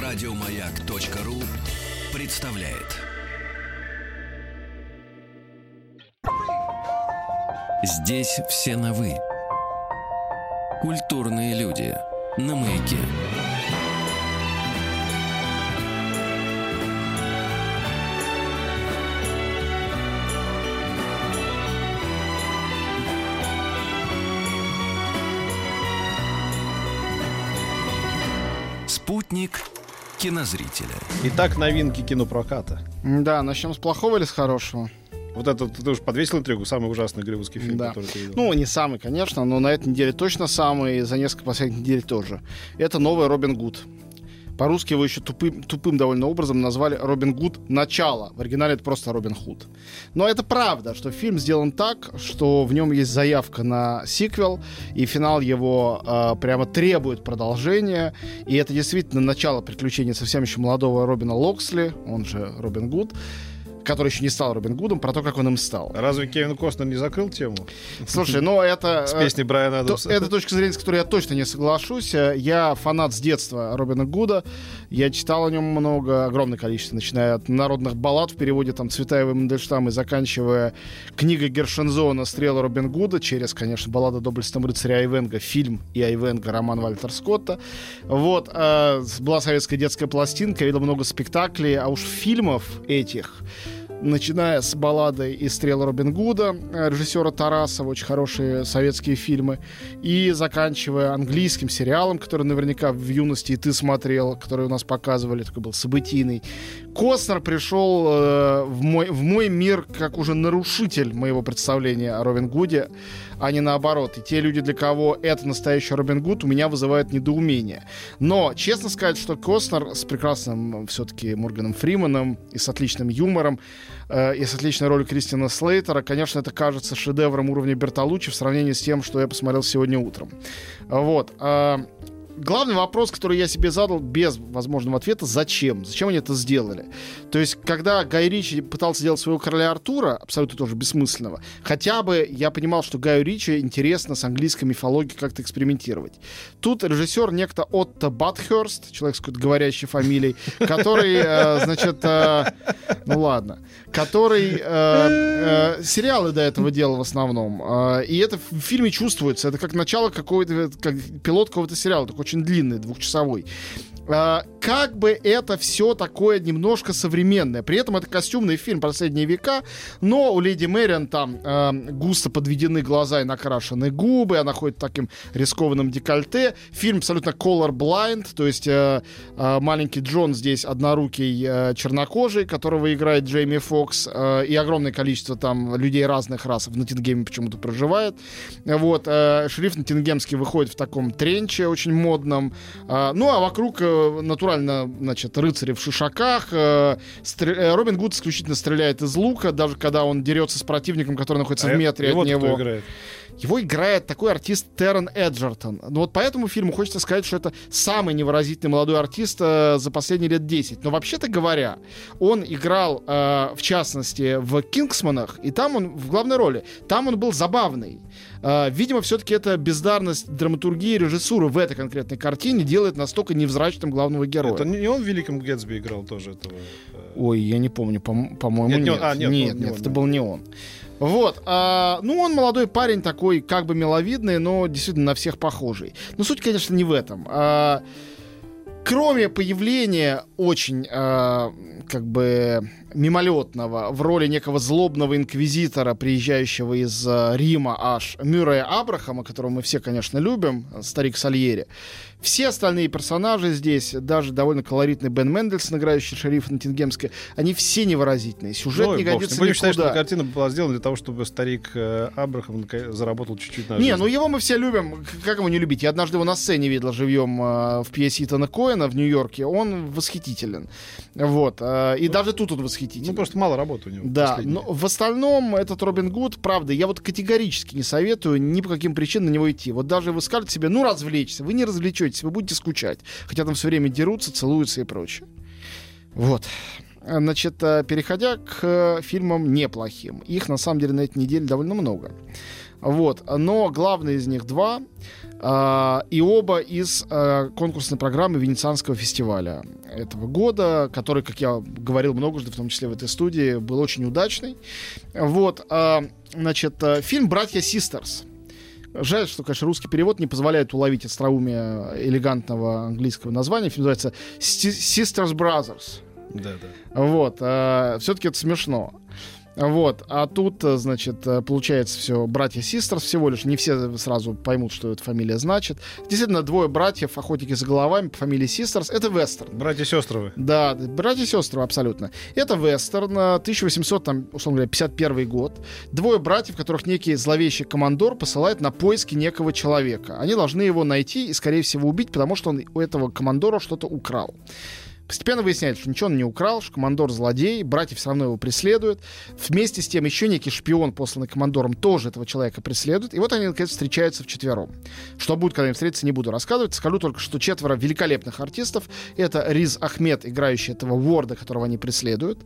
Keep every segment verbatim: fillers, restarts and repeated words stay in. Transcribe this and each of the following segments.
Радиомаяк.ру представляет. Здесь все на «вы». Культурные люди на Маяке. Спутник кинозрителя. Итак, новинки кинопроката. Да, начнем с плохого или с хорошего? Вот это ты уже подвесил интригу, самый ужасный голливудский фильм, Да. который ты видел. Ну, не самый, конечно, но на этой неделе точно самый, и за несколько последних недель тоже. Это новый Робин Гуд. По-русски его еще тупым, тупым довольно образом назвали Робин Гуд «Начало». В оригинале это просто Робин Худ. Но это правда, что фильм сделан так, что в нем есть заявка на сиквел, и финал его э, прямо требует продолжения. И это действительно начало приключений совсем еще молодого Робина Локсли, он же Робин Гуд, который еще не стал Робин Гудом, про то, как он им стал. Разве Кевин Костнер не закрыл тему? Слушай, ну это... С песней Брайана Адамса. Это точка зрения, с которой я точно не соглашусь. Я фанат с детства Робина Гуда. Я читал о нем много, огромное количество, начиная от народных баллад в переводе там Цветаева и Мандельштама и заканчивая книгой Гершензона «Стрела Робин Гуда», через, конечно, баллады доблестного рыцаря Айвенго, фильм, и Айвенго, роман Вальтера Скотта. Вот. Э, была советская детская пластинка, я видел много спектаклей, а уж фильмов этих, начиная с баллады и «Стрелы Робин Гуда» режиссера Тарасова, очень хорошие советские фильмы, и заканчивая английским сериалом, который наверняка в юности и ты смотрел, который у нас показывали, такой был событийный. Костнер пришел э, в, мой, в мой мир как уже нарушитель моего представления о Робин Гуде, а не наоборот. И те люди, для кого это настоящий Робин Гуд, у меня вызывает недоумение. Но, честно сказать, что Костнер с прекрасным все-таки Морганом Фриманом и с отличным юмором, э, и с отличной ролью Кристиана Слейтера, конечно, это кажется шедевром уровня Бертолуччи в сравнении с тем, что я посмотрел сегодня утром. Вот. Э, Главный вопрос, который я себе задал без возможного ответа, зачем? Зачем они это сделали? То есть, когда Гай Ричи пытался делать своего короля Артура, абсолютно тоже бессмысленного, хотя бы я понимал, что Гаю Ричи интересно с английской мифологией как-то экспериментировать. Тут режиссер некто Отто Батхерст, человек с какой-то говорящей фамилией, который, э, значит, э, ну ладно, который э, э, сериалы до этого делал в основном. Э, и это в фильме чувствуется. Это как начало какого-то, как пилот какого-то сериала, такой очень длинный, двухчасовой. Uh, как бы это все такое немножко современное. При этом это костюмный фильм «Последние века», но у Леди Мэриан там uh, густо подведены глаза и накрашены губы, она ходит таким рискованным декольте. Фильм абсолютно colorblind, то есть uh, uh, маленький Джон здесь однорукий uh, чернокожий, которого играет Джейми Фокс, uh, и огромное количество там людей разных рас в Ноттингеме почему-то проживает. Вот, uh, шериф Ноттингемский выходит в таком тренче очень модном. Uh, ну, а вокруг натурально, значит, рыцари в шишаках. Э, стр... Робин Гуд исключительно стреляет из лука, даже когда он дерется с противником, который находится а в метре от него. Играет? Его играет такой артист Террен Эджертон. Ну вот по этому фильму хочется сказать, что это самый невыразительный молодой артист э, за последние лет десять. Но вообще-то говоря, он играл, э, в частности, в «Кингсманах», и там он в главной роли. Там он был забавный. Uh, видимо, все-таки эта бездарность драматургии и режиссуры в этой конкретной картине делает настолько невзрачным главного героя. Это не он в «Великом Гэтсби» играл тоже этого? Ой, я не помню, по- по-моему, нет. нет. Не он. А, нет, нет, он, нет, не это он, был да. не он. Вот. А, ну, он молодой парень такой, как бы миловидный, но действительно на всех похожий. Но суть, конечно, не в этом. А, кроме появления очень, а, как бы, мимолетного в роли некого злобного инквизитора, приезжающего из а, Рима аж, Мюррея Абрахама, которого мы все, конечно, любим, старик Сальери. Все остальные персонажи здесь, даже довольно колоритный Бен Мендельсон, играющий шерифа Ноттингемского, они все невыразительные. Сюжет ну, не бог, годится будем никуда. считать, что картина была сделана для того, чтобы старик э, Абрахам заработал чуть-чуть на жизнь. Не, ну его мы все любим. Как его не любить? Я однажды его на сцене видел живьем э, в пьесе Итана Коэна в Нью-Йорке. Он восхитителен. Вот. Э, и ну, даже тут он восхитителен. Ну, просто мало работы у него. Да, но в остальном этот Робин Гуд, правда, я вот категорически не советую ни по каким причинам на него идти. Вот даже вы скажете себе, ну, развлечься. Вы не развлечетесь, вы будете скучать. Хотя там все время дерутся, целуются и прочее. Вот. значит, переходя к фильмам неплохим. Их, на самом деле, на этой неделе довольно много. Вот. Но главные из них два. Uh, и оба из uh, конкурсной программы Венецианского фестиваля этого года, который, как я говорил многожды, в том числе в этой студии, был очень удачный. Вот, uh, значит, uh, фильм «Братья Систерс». Жаль, что, конечно, русский перевод не позволяет уловить остроумие элегантного английского названия. Фильм называется «Sisters Brothers». Да, да. Вот, uh, все-таки это смешно. Вот, а тут, значит, получается все братья-систерс всего лишь. Не все сразу поймут, что эта фамилия значит. Действительно, двое братьев, охотники за головами по фамилии Систерс. Это вестерн. Братья-сестры. Да, братья-сестры, абсолютно. Это вестерн, тысяча восемьсот, там, условно говоря, пятьдесят первый год. Двое братьев, которых некий зловещий командор посылает на поиски некого человека. Они должны его найти и, скорее всего, убить, потому что он у этого командора что-то украл. Постепенно выясняется, что ничего он не украл, что командор злодей, братья все равно его преследуют. Вместе с тем еще некий шпион, посланный командором, тоже этого человека преследует. И вот они, наконец, встречаются вчетвером. Что будет, когда они встретятся, не буду рассказывать. Скажу только, что четверо великолепных артистов. Это Риз Ахмед, играющий этого Уорда, которого они преследуют.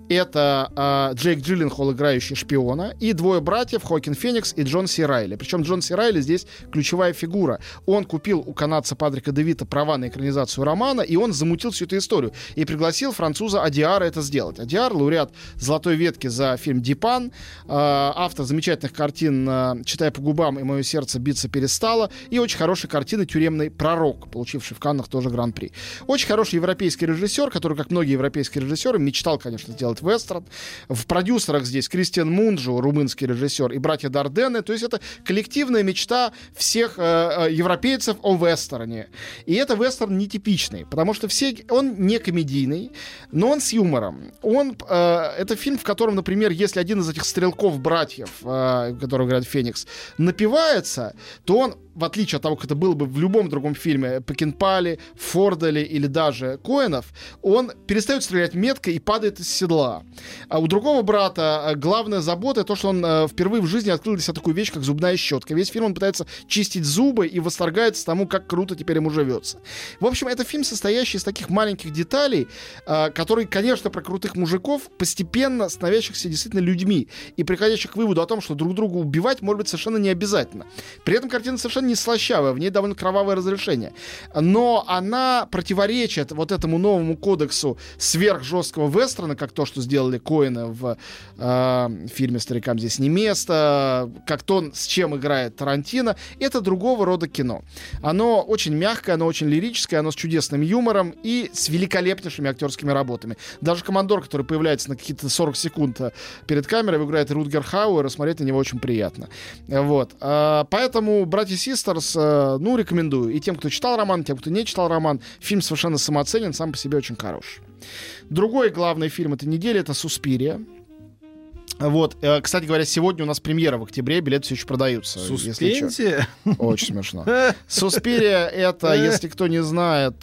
Это э, Джейк Джилленхол, играющий шпиона. И двое братьев, Хоакин Феникс и Джон Си Райли. Причем Джон Си Райли здесь ключевая фигура. Он купил у канадца Патрика де Вита права на экранизацию романа, и он замутил всю эту историю. И пригласил француза Адиара это сделать. Адиар — лауреат «Золотой ветки» за фильм «Дипан», э, автор замечательных картин э, «Читая по губам» и «Мое сердце биться перестало», и очень хорошей картины «Тюремный пророк», получивший в Каннах тоже гран-при. Очень хороший европейский режиссер, который, как многие европейские режиссеры, мечтал, конечно, сделать вестерн. В продюсерах здесь Кристиан Мунджу, румынский режиссер, и братья Дарденне. То есть это коллективная мечта всех э, э, европейцев о вестерне. И это вестерн нетипичный, потому что все... он не комедийный, но он с юмором. Он, э, это фильм, в котором, например, если один из этих стрелков-братьев, э, которого играет Феникс, напивается, то он, в отличие от того, как это было бы в любом другом фильме Пекинпале, Форделе или даже Коэнов, он перестает стрелять метко и падает из седла. А у другого брата главная забота — то, что он э, впервые в жизни открыл для себя такую вещь, как зубная щетка. Весь фильм он пытается чистить зубы и восторгается тому, как круто теперь ему живется. В общем, это фильм, состоящий из таких маленьких деталей, э, которые, конечно, про крутых мужиков, постепенно становящихся действительно людьми и приходящих к выводу о том, что друг друга убивать может быть совершенно не обязательно. При этом картина совершенно не слащавая, в ней довольно кровавое разрешение. Но она противоречит вот этому новому кодексу сверхжесткого вестерна, как то, что сделали Коэны в э, фильме «Старикам здесь не место», как то, с чем играет Тарантино. Это другого рода кино. Оно очень мягкое, оно очень лирическое, оно с чудесным юмором и с великолепнейшими актерскими работами. Даже командор, который появляется на какие-то сорок секунд перед камерой, играет Рутгер Хауэр, и смотреть на него очень приятно. Вот. А, поэтому «Братья Систерс», ну, рекомендую. И тем, кто читал роман, и тем, кто не читал роман. Фильм совершенно самооценен, сам по себе очень хороший. Другой главный фильм этой недели — это «Суспирия». Вот, кстати говоря, сегодня у нас премьера в октябре, билеты все еще продаются. Суспенсия? Очень смешно. «Суспирия» — это, если кто не знает,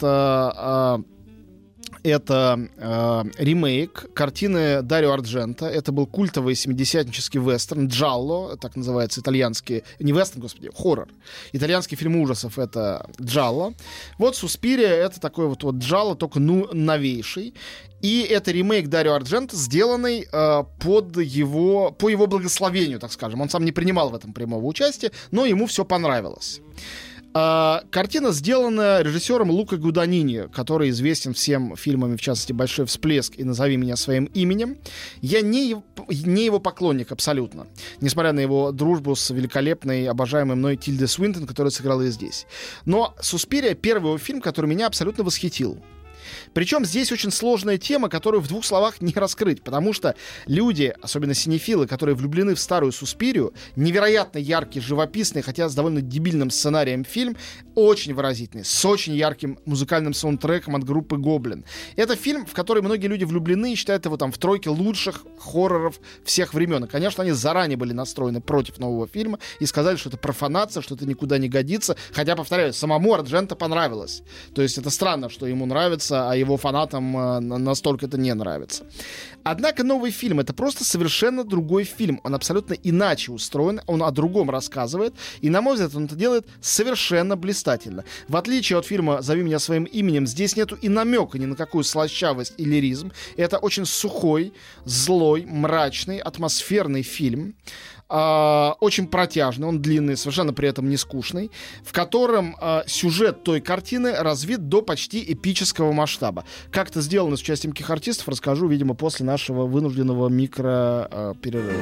это э, ремейк картины Дарио Ардженто. Это был культовый семидесятнический вестерн «Джалло», так называется итальянский... Не вестерн, господи, хоррор. Итальянский фильм ужасов — это «Джалло». Вот «Суспирия» — это такой вот, вот «Джалло», только ну, новейший. И это ремейк Дарио Ардженто, сделанный э, под его, по его благословению, так скажем. Он сам не принимал в этом прямого участия, но ему все понравилось. Uh, картина сделана режиссером Лука Гуданини, который известен всем фильмами, в частности, «Большой всплеск» и «Назови меня своим именем». Я не его, не его поклонник абсолютно, несмотря на его дружбу с великолепной, обожаемой мной Тильдой Свинтон, которая сыграла и здесь. Но «Суспирия» — первый его фильм, который меня абсолютно восхитил. Причем здесь очень сложная тема, которую в двух словах не раскрыть, потому что люди, особенно синефилы, которые влюблены в старую «Суспирию», невероятно яркий, живописный, хотя с довольно дебильным сценарием фильм, очень выразительный, с очень ярким музыкальным саундтреком от группы «Гоблин». Это фильм, в который многие люди влюблены и считают его там в тройке лучших хорроров всех времен. И, конечно, они заранее были настроены против нового фильма и сказали, что это профанация, что это никуда не годится. Хотя, повторяю, самому Ардженто понравилось. То есть это странно, что ему нравится нравится, а его фанатам э, настолько это не нравится. Однако новый фильм — это просто совершенно другой фильм. Он абсолютно иначе устроен, он о другом рассказывает, и, на мой взгляд, он это делает совершенно блистательно. В отличие от фильма «Зови меня своим именем», здесь нету и намека ни на какую слащавость и лиризм. Это очень сухой, злой, мрачный, атмосферный фильм. Uh, очень протяжный, он длинный, совершенно при этом не скучный, в котором uh, сюжет той картины развит до почти эпического масштаба. Как это сделано с участием каких артистов, расскажу, видимо, после нашего вынужденного микро-перерыва.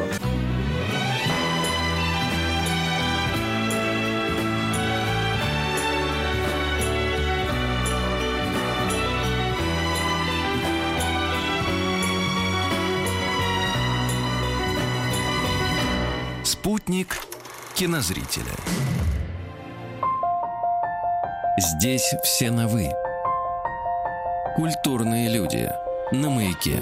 Спутник кинозрителя. Здесь все на «вы». Культурные люди на «Маяке».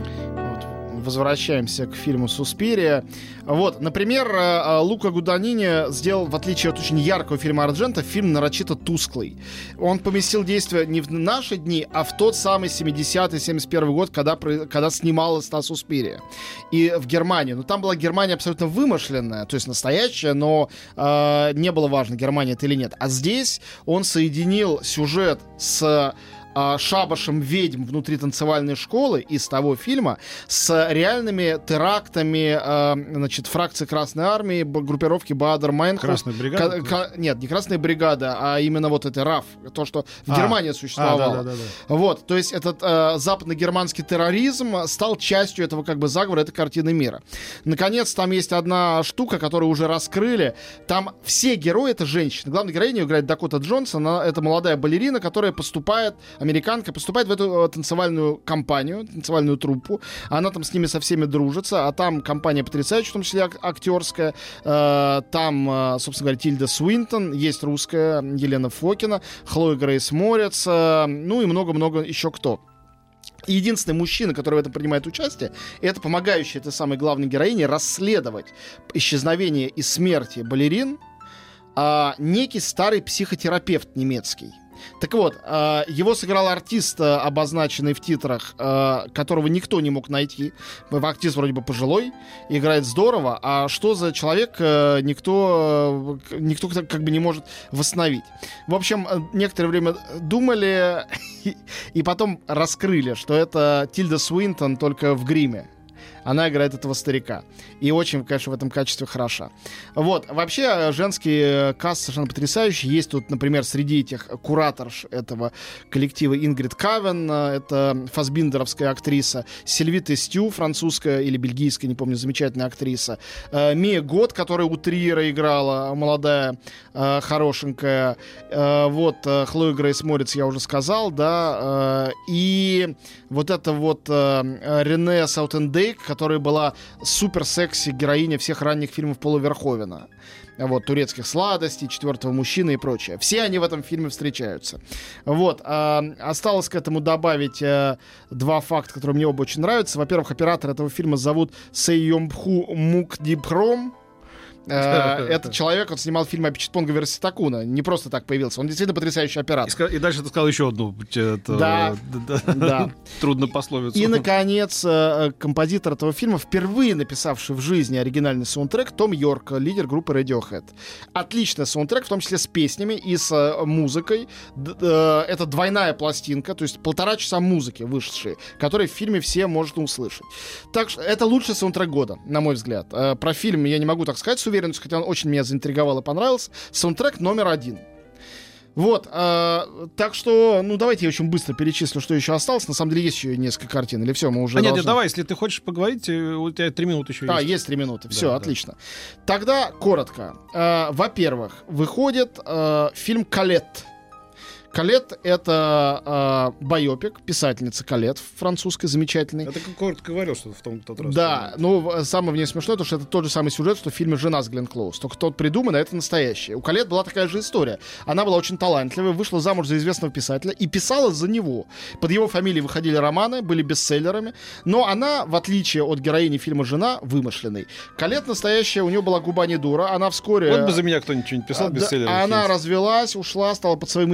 Возвращаемся к фильму «Суспирия». Вот, например, Лука Гуданини сделал, в отличие от очень яркого фильма Ардженто, фильм нарочито тусклый. Он поместил действие не в наши дни, а в тот самый семидесятый семьдесят первый год, когда, когда снималась та «Суспирия». И в Германии. Но там была Германия абсолютно вымышленная, то есть настоящая, но э, не было важно, Германия это или нет. А здесь он соединил сюжет с шабашем ведьм внутри танцевальной школы из того фильма с реальными терактами, э, значит, фракции Красной Армии, группировки Баадер-Майнхоф. Красная бригада? К- к- нет, не Красная бригада, а именно вот это РАФ, то, что в а, Германии существовало. А, да, да, да, да. Вот, то есть этот э, западно-германский терроризм стал частью этого как бы заговора, этой картины мира. Наконец, там есть одна штука, которую уже раскрыли. Там все герои — это женщины. Главную героиню играет Дакота Джонсон, она, это молодая балерина, которая поступает, американка, поступает в эту танцевальную компанию, танцевальную труппу. Она там с ними со всеми дружится, а там компания потрясающая, в том числе ак- актерская. Э, там, э, собственно говоря, Тильда Суинтон, есть русская Елена Фокина, Хлоя Грейс Морец, э, ну и много-много еще кто. И единственный мужчина, который в этом принимает участие, это помогающий этой самой главной героине расследовать исчезновение и смерти балерин, э, некий старый психотерапевт немецкий. Так вот, э, его сыграл артист, э, обозначенный в титрах, э, которого никто не мог найти. Артист вроде бы пожилой, играет здорово, а что за человек, э, никто, э, никто как бы не может восстановить. В общем, э, некоторое время думали и, и потом раскрыли, что это Тильда Суинтон только в гриме. Она играет этого старика. И очень, конечно, в этом качестве хороша. Вот. Вообще, женский каст совершенно потрясающий. Есть тут, например, среди этих кураторш этого коллектива Ингрид Кавен. Это фассбиндеровская актриса. Сильви Тестю, французская или бельгийская, не помню, замечательная актриса. Мия Гот, которая у Триера играла, молодая, хорошенькая. Вот. Хлоя Грейс Морец, я уже сказал, да. И вот это вот Рене Саутендейк, которая была супер-секси героиня всех ранних фильмов Пола Верховена. Вот, «Турецких сладостей», «Четвертого мужчины» и прочее. Все они в этом фильме встречаются. Вот. А, осталось к этому добавить а, два факта, которые мне оба очень нравятся. Во-первых, оператор этого фильма зовут Сейомбху Мукдипром. Этот человек, он снимал фильм Апичитпонга Верситакуна. Не просто так появился. Он действительно потрясающий оператор. И, и дальше ты сказал еще одну. Это, да, да, да. Трудно пословицу. И, наконец, композитор этого фильма, впервые написавший в жизни оригинальный саундтрек, Том Йорк, лидер группы Radiohead. Отличный саундтрек, в том числе с песнями и с музыкой. Это двойная пластинка, то есть полтора часа музыки вышедшие, которые в фильме все можно услышать. Так что это лучший саундтрек года, на мой взгляд. Про фильм я не могу так сказать с уверенностью, хотя он очень меня заинтриговал и понравился. Саундтрек номер один. Вот, э, так что, ну, давайте я очень быстро перечислю, что еще осталось. На самом деле есть еще несколько картин, или все, мы уже а должны... нет, нет, давай, если ты хочешь поговорить, у тебя три минуты еще а, есть. А, есть три минуты, все, да, отлично. Да. Тогда коротко. Э, во-первых, выходит э, фильм «Колетт». Колетт — это э, байопик, писательница Колетт французской, замечательной. Я так коротко говорил, что в том тот раз. Да, ну, самое в ней смешное, то, что это тот же самый сюжет, что в фильме «Жена» с Гленн Клоуз. Только тот придуман, а это настоящее. У Колетт была такая же история. Она была очень талантливая, вышла замуж за известного писателя и писала за него. Под его фамилией выходили романы, были бестселлерами. Но она, в отличие от героини фильма «Жена», вымышленной. Колетт настоящая, у нее была губа не дура. Она вскоре... Вот бы за меня кто-нибудь что-нибудь писал, а, бестселлеры. да, она развелась, ушла, стала под своим именем все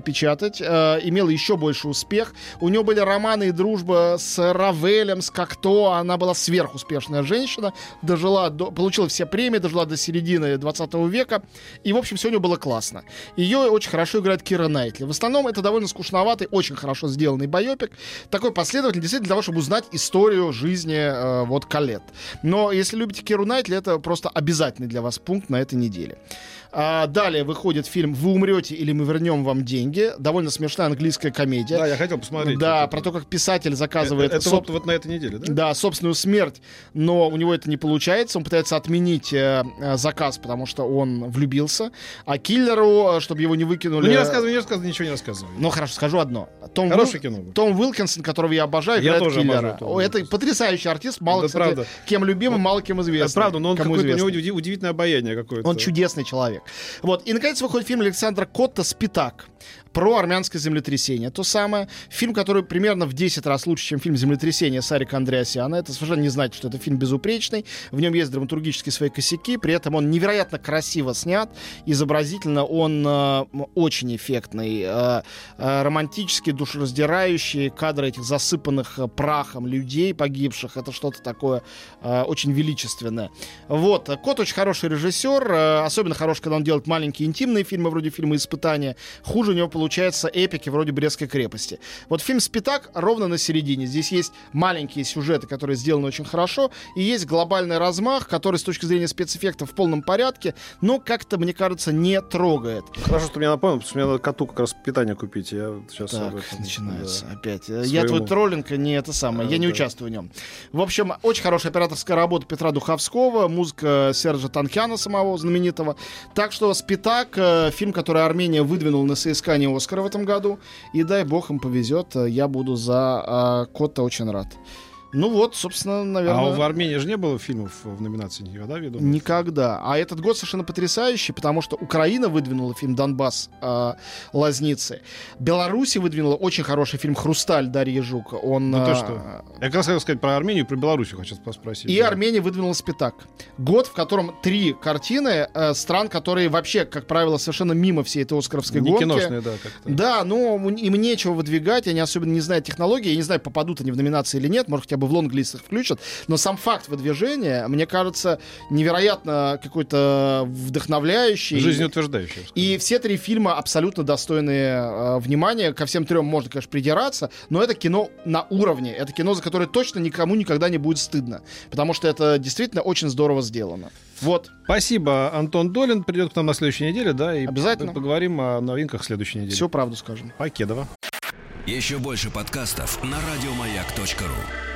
печатать, э, имела еще больше успех. У нее были романы и дружба с Равелем, с Кокто. Она была сверхуспешная женщина, дожила до, получила все премии, дожила до середины двадцатого века. И, в общем, все у нее было классно. Ее очень хорошо играет Кира Найтли. В основном это довольно скучноватый, очень хорошо сделанный байопик. Такой последовательный, действительно, для того, чтобы узнать историю жизни э, вот Колетт. Но если любите Киру Найтли, это просто обязательный для вас пункт на этой неделе. А, далее выходит фильм «Вы умрете или мы вернем вам деньги». Довольно смешная английская комедия. Да, я хотел посмотреть. Да, это. про то, как писатель заказывает... Это, это соб... вот, вот на этой неделе, да? Да, собственную смерть, но у него это не получается. Он пытается отменить э, э, заказ, потому что он влюбился. А киллеру, чтобы его не выкинули... Ну не рассказывай, не рассказывай, ничего не рассказывай. Ну хорошо, скажу одно. Том, Хорошее Уил... кино. Том Уилкинсон, которого я обожаю, я играет тоже киллера. Том Это потрясающий артист, мало, да, кстати, правда. кем любимым, мало кем известный. Это правда, но он кому какой-то, у него известный. удивительное обаяние какое-то. Он чудесный человек. Вот. И, наконец, выходит фильм Александра Котта «Спитак». Про армянское землетрясение. То самое. Фильм, который примерно в десять раз лучше, чем фильм «Землетрясение» Сарика Андреасяна. Это совершенно не значит, что это фильм безупречный. В нем есть драматургические свои косяки. При этом он невероятно красиво снят. Изобразительно он э, очень эффектный. Э, э, романтический, душераздирающий. Кадры этих засыпанных э, прахом людей погибших. Это что-то такое э, очень величественное. Вот. Кот очень хороший режиссер. Э, особенно хорош, когда он делает маленькие интимные фильмы, вроде фильма «Испытания». Хуже у него получаются эпики вроде «Брестской крепости». Вот фильм «Спитак» ровно на середине. Здесь есть маленькие сюжеты, которые сделаны очень хорошо, и есть глобальный размах, который с точки зрения спецэффектов в полном порядке, но как-то, мне кажется, не трогает. Хорошо, что ты меня напомнил, потому что мне надо коту как раз питание купить. Я сейчас Так, об этом, начинается да. опять. Своему. Я твой троллинг, не это самое, А, я не да. участвую в нем. В общем, очень хорошая операторская работа Петра Духовского, музыка Сержа Танкяна самого знаменитого. Так что «Спитак», э, фильм, который Армения выдвинула на соискание Оскара в этом году. И дай бог им повезет. Я буду за э, Котта очень рад. Ну вот, собственно, наверное... А в Армении же не было фильмов в номинации никогда, видимо? Никогда. А этот год совершенно потрясающий, потому что Украина выдвинула фильм «Донбасс» э, Лазницы. Беларусь выдвинула очень хороший фильм «Хрусталь» Дарьи Жук. Он, Ну э, то что? Я как раз хотел сказать про Армению и про Белоруссию, хочу спросить. И да. Армения выдвинула «Спитак». Год, в котором три картины э, стран, которые вообще, как правило, совершенно мимо всей этой оскаровской Не гонки. киношные, да, как-то. Да, но им нечего выдвигать, они особенно не знают технологии, я не знаю, попадут они в номинации или нет, может, хотя бы в лонглистах включат, но сам факт выдвижения, мне кажется, невероятно какой-то вдохновляющий. Жизнеутверждающий. И все три фильма абсолютно достойные э, внимания. Ко всем трем можно, конечно, придираться, но это кино на уровне. Это кино, за которое точно никому никогда не будет стыдно. Потому что это действительно очень здорово сделано. Вот. Спасибо. Антон Долин придет к нам на следующей неделе, да, и Обязательно. поговорим о новинках следующей недели. Всю правду скажем. Покедова. Еще больше подкастов на радиомаяк точка ру.